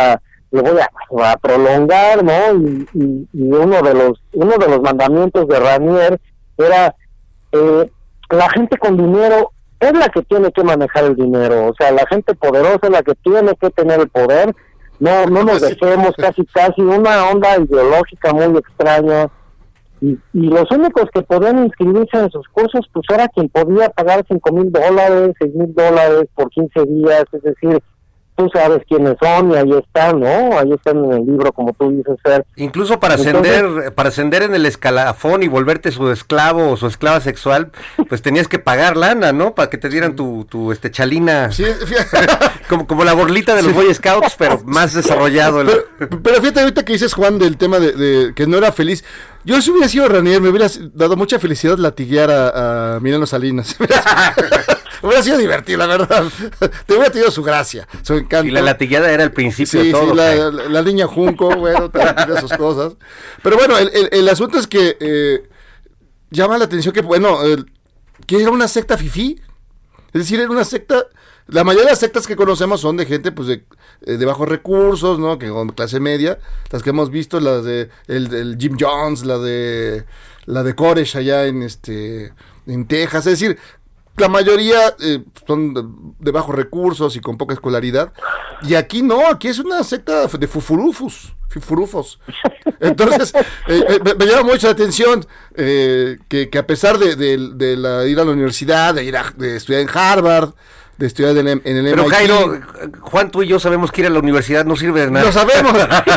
le voy a, a prolongar, ¿no? Y, y, y uno de los uno de los mandamientos de Ranier era eh, la gente con dinero es la que tiene que manejar el dinero, o sea, la gente poderosa es la que tiene que tener el poder, no no nos dejemos casi casi una onda ideológica muy extraña, y, y los únicos que podían inscribirse en sus cursos pues era quien podía pagar cinco mil dólares, seis mil dólares por quince días, es decir, tú sabes quiénes son y ahí están, ¿no? Ahí están en el libro, como tú dices, Fer. Incluso para Entonces, ascender, para ascender en el escalafón y volverte su esclavo o su esclava sexual, pues tenías que pagar lana, ¿no? Para que te dieran tu, tu este chalina. Sí, como, como la borlita de los Boy Scouts, pero más desarrollado. El... Pero, pero fíjate ahorita que dices, Juan, del tema de, de que no era feliz. Yo si hubiera sido Ranier, me hubiera dado mucha felicidad latiguear a, a Emiliano Salinas. Hubiera sido divertido, la verdad. Te hubiera tenido su gracia, su encanto. Y la latigueada era el principio sí, de todo. Sí, la, la, la niña Junco, bueno, tenía sus cosas. Pero bueno, el, el, el asunto es que eh, llama la atención que, bueno, el, que era una secta fifí. Es decir, era una secta... La mayoría de las sectas que conocemos son de gente pues de, de bajos recursos, ¿no? Que con clase media. Las que hemos visto, las de el, el Jim Jones, la de la de Koresh allá en este en Texas. Es decir, la mayoría eh, son de, de bajos recursos y con poca escolaridad. Y aquí no, aquí es una secta de fufurufus, fufurufos. Entonces, eh, eh, me, me llama mucho la atención eh, que, que a pesar de, de, de la, ir a la universidad, de ir a de estudiar en Harvard, de estudiar en el, en el Pero M I T. Jairo, Juan, tú y yo sabemos que ir a la universidad no sirve de nada. Lo sabemos.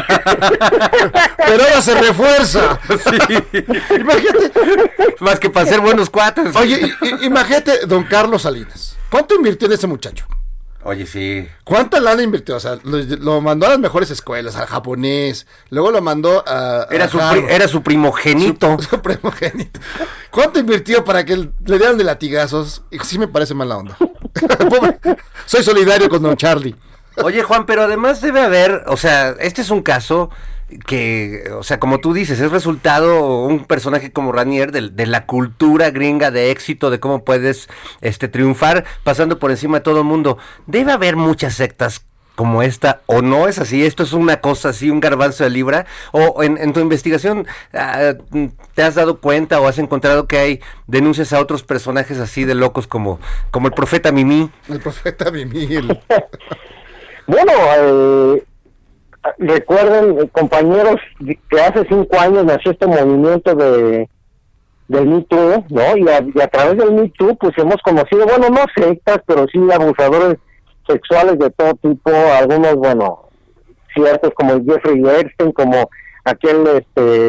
Pero ahora se refuerza. Sí. Imagínate. Más que para ser buenos cuates. Oye, i- imagínate don Carlos Salinas. ¿Cuánto invirtió en ese muchacho? Oye, sí. ¿Cuánta lana invirtió? O sea, lo, lo mandó a las mejores escuelas, al japonés. Luego lo mandó a... Era, a su, Harvard. pri- era su primogenito. Su, su primogénito. ¿Cuánto invirtió para que le dieran de latigazos? Y sí me parece mala onda. Pobre. Soy solidario con don Charlie. Oye, Juan, pero además debe haber, o sea, este es un caso que, o sea, como tú dices, es resultado un personaje como Ranier de, de la cultura gringa de éxito, de cómo puedes este triunfar pasando por encima de todo el mundo. Debe haber muchas sectas como esta, o no es así, esto es una cosa así, un garbanzo de libra, o en, en tu investigación uh, te has dado cuenta o has encontrado que hay denuncias a otros personajes así de locos como, como el profeta Mimí. El profeta Mimí. El... Bueno, eh, recuerden, eh, compañeros, que hace cinco años nació este movimiento de del Me Too, ¿no? Y a, y a través del Me Too, pues hemos conocido, bueno, no sectas, pero sí abusadores sexuales de todo tipo, algunos, bueno, ciertos como el Jeffrey Epstein, como aquel, este,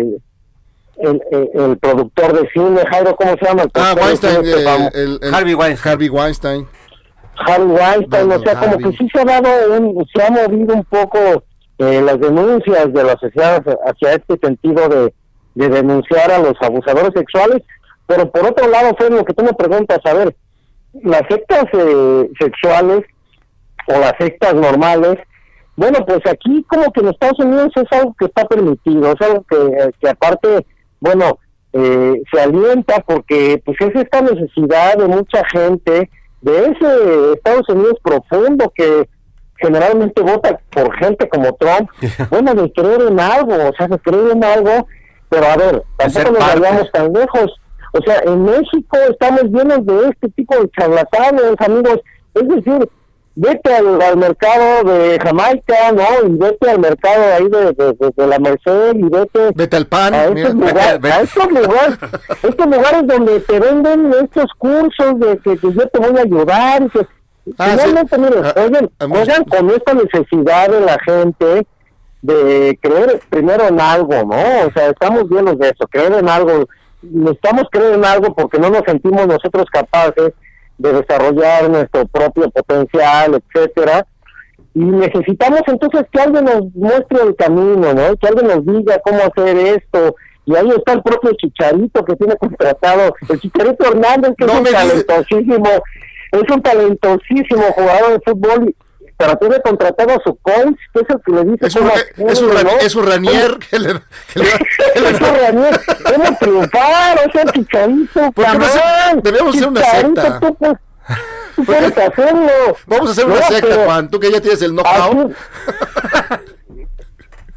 el, el, el productor de cine, Jairo, ¿cómo se llama? El Ah, productor de Weinstein. cine que eh, vamos- el, el- Harvey Weinstein. Harvey Weinstein. Harvey Weinstein, Bueno, o sea, como Harvey. que sí se ha dado, un, se ha movido un poco eh, las denuncias de la sociedad hacia este sentido de, de denunciar a los abusadores sexuales, pero por otro lado, Fer, lo que tú me preguntas, a ver, las sectas eh, sexuales o las sectas normales, bueno, pues aquí como que en Estados Unidos es algo que está permitido, es algo que, que aparte, bueno, eh, se alienta porque pues es esta necesidad de mucha gente de ese Estados Unidos profundo que generalmente vota por gente como Trump, bueno, de creer en algo, o sea, de creer en algo, pero a ver, ser tampoco nos parte. vayamos tan lejos, o sea, en México estamos llenos de este tipo de charlatanes, amigos, es decir, vete al, al mercado de Jamaica, ¿no? Y vete al mercado ahí de, de, de, de la Merced y vete... Vete al pan. A mira. estos, lugar, a estos lugares, estos lugares donde te venden estos cursos de que, que yo te voy a ayudar y que Ah, finalmente, sí. miren, Ah, oigan, ah, oigan con esta necesidad de la gente de creer primero en algo, ¿no? O sea, estamos llenos de eso, creer en algo, necesitamos creer en algo porque no nos sentimos nosotros capaces de desarrollar nuestro propio potencial, etcétera, y necesitamos entonces que alguien nos muestre el camino, ¿no? Que alguien nos diga cómo hacer esto, y ahí está el propio Chicharito que tiene contratado, el Chicharito Hernández, que No es un me digas. talentosísimo, es un talentosísimo jugador de fútbol, pero tiene contratado a su coach, que es el que le dice Es un, cómo es un, hacerlo, ¿no? es un Ranier que le, que le- que le- Es un Ranier, ¿cómo triunfar? O sea, Chicharito, ¿Por qué no se- cabrón, debemos hacer una Chicharito, secta? tú, pues, tú puedes hacerlo. Vamos a hacer una No, secta, pero Juan. Tú que ya tienes el know-how. aquí-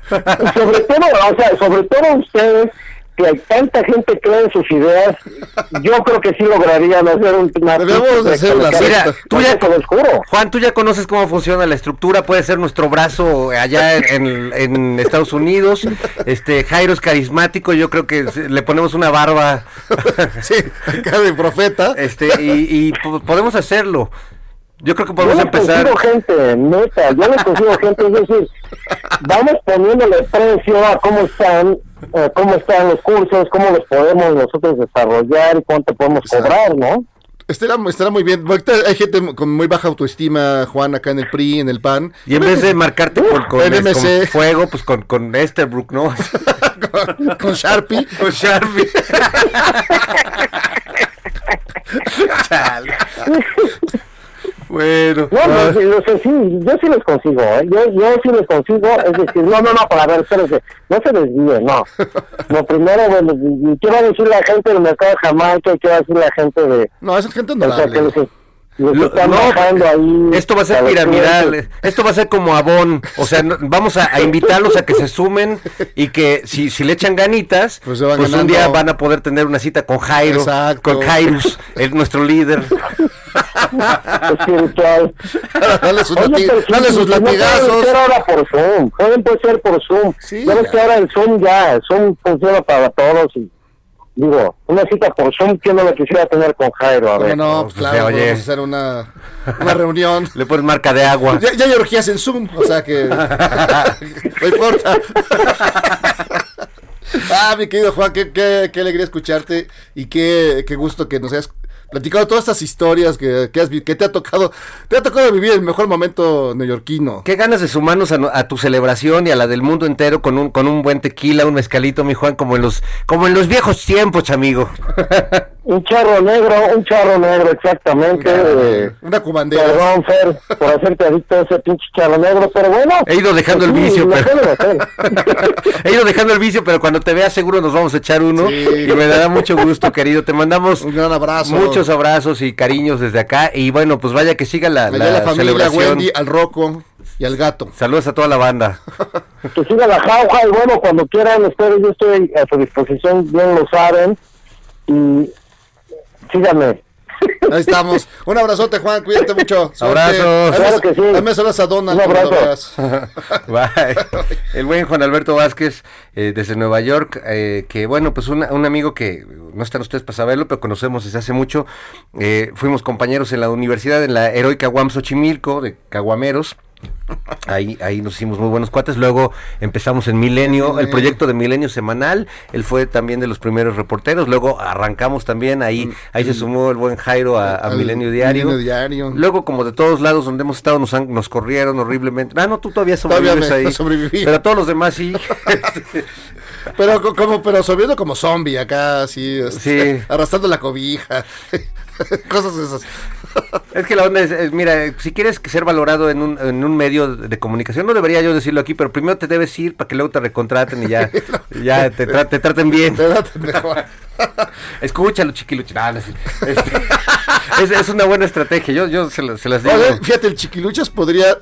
Y sobre todo, o sea, sobre todo ustedes, que hay tanta gente que cree en sus ideas, yo creo que sí lograrían hacer un... una- Debemos de hacer la Mira, secta. tú ya, Eso lo juro. Juan, tú ya conoces cómo funciona la estructura, puede ser nuestro brazo allá en, en- en Estados Unidos. Este Jairo es carismático, yo creo que se- le ponemos una barba, Sí, acá de profeta. este, y, y po- podemos hacerlo. Yo creo que Yo podemos les empezar. consigo gente, neta, yo les consigo gente, es decir, vamos poniéndole precio a cómo están, eh, cómo están los cursos, cómo los podemos nosotros desarrollar y cuánto podemos Exacto. cobrar, ¿no? Estará, estará muy bien. Ahorita hay gente con muy baja autoestima, Juan, acá en el P R I, en el P A N. Y en vez de marcarte con, con, En es- M C. con fuego, pues con, con Esterbrook, ¿no? con, con Sharpie. Con Sharpie. Chale. Bueno. No, ah, no, sí, o sea, sí, yo sí les consigo, ¿eh? yo, yo sí les consigo, es decir, no, no, no, para ver, espérense, no se desvíe, no. Lo primero, bueno, y- y ¿qué va a decir la gente del mercado de Jamaica? ¿Qué va a decir la gente de...? No, esa gente O sea, que honorable. los, los Lo- están no, bajando ahí... esto va a ser para los piramidal, clientes. esto va a ser como Avon, o sea, no- vamos a, a invitarlos a que se sumen y que si, si le echan ganitas, Pues pues, se van un ganando. día van a poder tener una cita con Jairo, Exacto. con Jairus, el, nuestro líder. Espiritual. Dale sus, Oye, lati- pero sí, dale sí, sus sí, no pueden latigazos. ser ahora por Zoom, pueden pues ser por Zoom. Sí, ya ves ya. que ahora el Zoom ya, el Zoom funciona para todos y digo, una cita por Zoom, ¿quién no la quisiera tener con Jairo? A ¿Cómo ver. no? pues, Claro, oye. vamos a hacer una, una reunión. Le pones marca de agua. Ya, ya hay orgías en Zoom, o sea que no importa. Ah, mi querido Juan, qué, qué, qué alegría escucharte y qué, qué gusto que nos hayas platicado todas estas historias que, que, has, vi- que te ha tocado, te ha tocado vivir el mejor momento neoyorquino. Qué ganas de sumarnos a, no- a tu celebración y a la del mundo entero con un con un buen tequila, un mezcalito, mi Juan, como en los como en los viejos tiempos, amigo. Un charro negro, un charro negro, exactamente. eh, Una cubandera. Perdón, Fer, por hacerte adicto a ese pinche charro negro, pero bueno. He ido dejando el pues sí, vicio, lo pero pueden hacer. he ido dejando el vicio, pero cuando te veas seguro nos vamos a echar uno Sí. y me dará mucho gusto, querido. Te mandamos Un gran abrazo. muchos abrazos y cariños desde acá y bueno, pues vaya que siga la, Allá la la familia, celebración. Wendy, al Rocco y al gato. Saludos a toda la banda. Que siga la jauja y bueno, cuando quieran ustedes, yo estoy a su disposición, bien lo saben. Y síganme. Ahí estamos. Un abrazote, Juan, cuídate mucho. Suerte. Abrazos. Hazme- Claro que sí. hazme saludos a Donald Un cuando abrazo. veas. Bye. El buen Juan Alberto Vázquez, eh, desde Nueva York, eh, que bueno, pues una- un amigo que no están ustedes para saberlo, pero conocemos desde hace mucho. Eh, fuimos compañeros en la universidad, en la heroica U A M Xochimilco, de Caguameros. Ahí, ahí nos hicimos muy buenos cuates. Luego empezamos en Milenio, el proyecto de Milenio Semanal. Él fue también de los primeros reporteros. Luego arrancamos también, ahí, ahí se sumó el buen Jairo a, a Al Milenio Diario. Milenio Diario. Luego, como de todos lados donde hemos estado, nos, han, nos corrieron horriblemente. Ah, no, tú todavía Todavía sobrevives me- ahí. sobreviví. Pero a todos los demás sí. Pero co- como, pero subiendo como zombie acá, así, este, Sí. arrastrando la cobija. Cosas esas. Es que la onda es, es, mira, si quieres que ser valorado en un, en un medio de comunicación, no debería yo decirlo aquí, pero primero te debes ir para que luego te recontraten y ya, ya te, tra- te traten bien. Te da mejor. Escúchalo, chiquiluchi. No, no, sí. Este, es, es una buena estrategia, yo, yo se, las- se las digo. Oye, fíjate, el Chiquiluchas podría.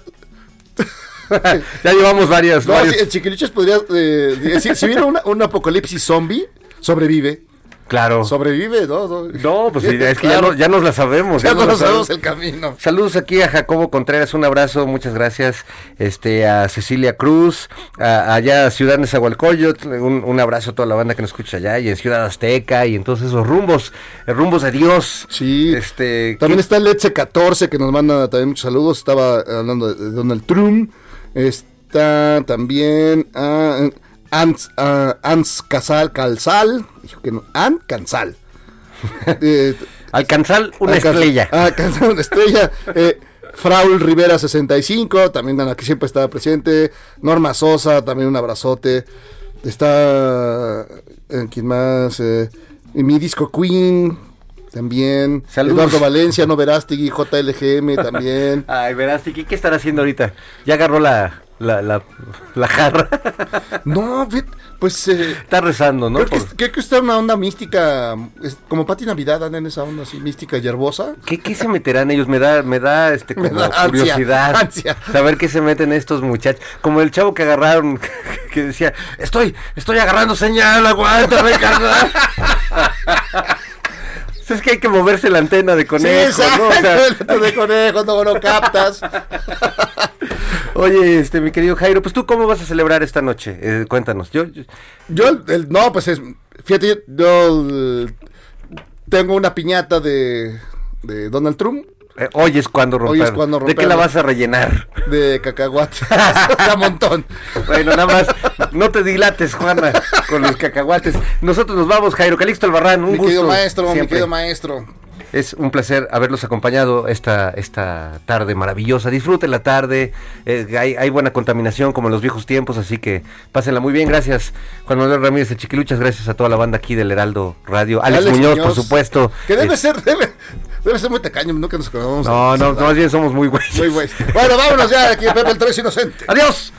Ya llevamos varias. No, varios- sí, el Chiquiluchas podría. Eh, decir, si viene una- un apocalipsis zombie, sobrevive. Claro. Sobrevive, ¿no? No, No, pues sí, es que ya, Claro. no, ya nos la sabemos. Ya no nos la sabemos el camino. Saludos aquí a Jacobo Contreras, un abrazo, muchas gracias. Este, a Cecilia Cruz, a, allá a Ciudad Nezahualcóyotl, un, un abrazo a toda la banda que nos escucha allá, y en Ciudad Azteca, y entonces esos rumbos, eh, rumbos de Dios. Sí. Este, También ¿qué- está el Letze catorce que nos manda también muchos saludos. Estaba hablando de Donald Trump. Está también ah, Ans, ah, Ans Casal Calzal. Dijo que no. An Cansal. Eh, Alcanzar una alcanza- estrella. Ah, alcanzar una estrella. Eh, Fraul Rivera sesenta y cinco, también aquí siempre estaba presente. Norma Sosa, también un abrazote. Está. eh, ¿Quién más? Eh, mi disco Queen, también. Saludos. Eduardo Valencia, No Verástegui, J L G M también. Ay, verás, ¿qué, qué estará haciendo ahorita? Ya agarró la, la, la, la jarra. No, pues... Eh, está rezando, ¿no? Creo que, Por... creo que está una onda mística, es como Pati Navidad, anda en esa onda así, mística y herbosa. ¿Qué, qué se meterán ellos? Me da, me da, este, como me da curiosidad. Ansia, ansia. Saber qué se meten estos muchachos. Como el chavo que agarraron, que decía, estoy, estoy agarrando señal, aguántame, carnal. Es que hay que moverse la antena de conejo, sí, ¿no? O sea... la antena de conejo, no lo captas. Oye, este, mi querido Jairo, pues tú cómo vas a celebrar esta noche, eh, cuéntanos. Yo, yo, yo el, el, no, pues es, fíjate, yo el, tengo una piñata de, de Donald Trump. Eh, hoy es cuando romper. Hoy es cuando romper. ¿De qué la vas a rellenar? De cacahuates. A montón. Bueno, nada más, no te dilates, Juana, con los cacahuates. Nosotros nos vamos, Jairo Calixto Albarrán, un mi gusto. Querido maestro, siempre. mi querido maestro. Es un placer haberlos acompañado esta, esta tarde maravillosa. Disfruten la tarde, eh, hay, hay buena contaminación como en los viejos tiempos, así que pásenla muy bien. Gracias, Juan Manuel Ramírez de Chiquiluchas, gracias a toda la banda aquí del Heraldo Radio. Alex, Alex Muñoz, Muñoz, por supuesto. Que debe eh, ser, debe, debe ser muy tacaño, nunca nos acordamos. No, no, no, más bien somos muy güeyes. Muy güeyes. Bueno, vámonos ya, aquí Pepe el Tres Inocente. ¡Adiós!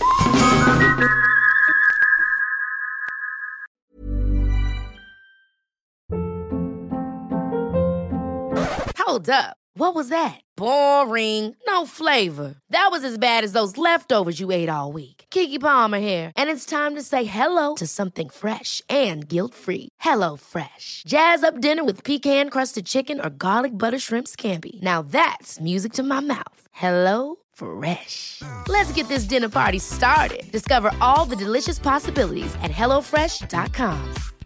Hold up. What was that? Boring. No flavor. That was as bad as those leftovers you ate all week. Keke Palmer here, and it's time to say hello to something fresh and guilt-free. Hello Fresh. Jazz up dinner with pecan-crusted chicken or garlic butter shrimp scampi. Now that's music to my mouth. Hello Fresh. Let's get this dinner party started. Discover all the delicious possibilities at hello fresh dot com.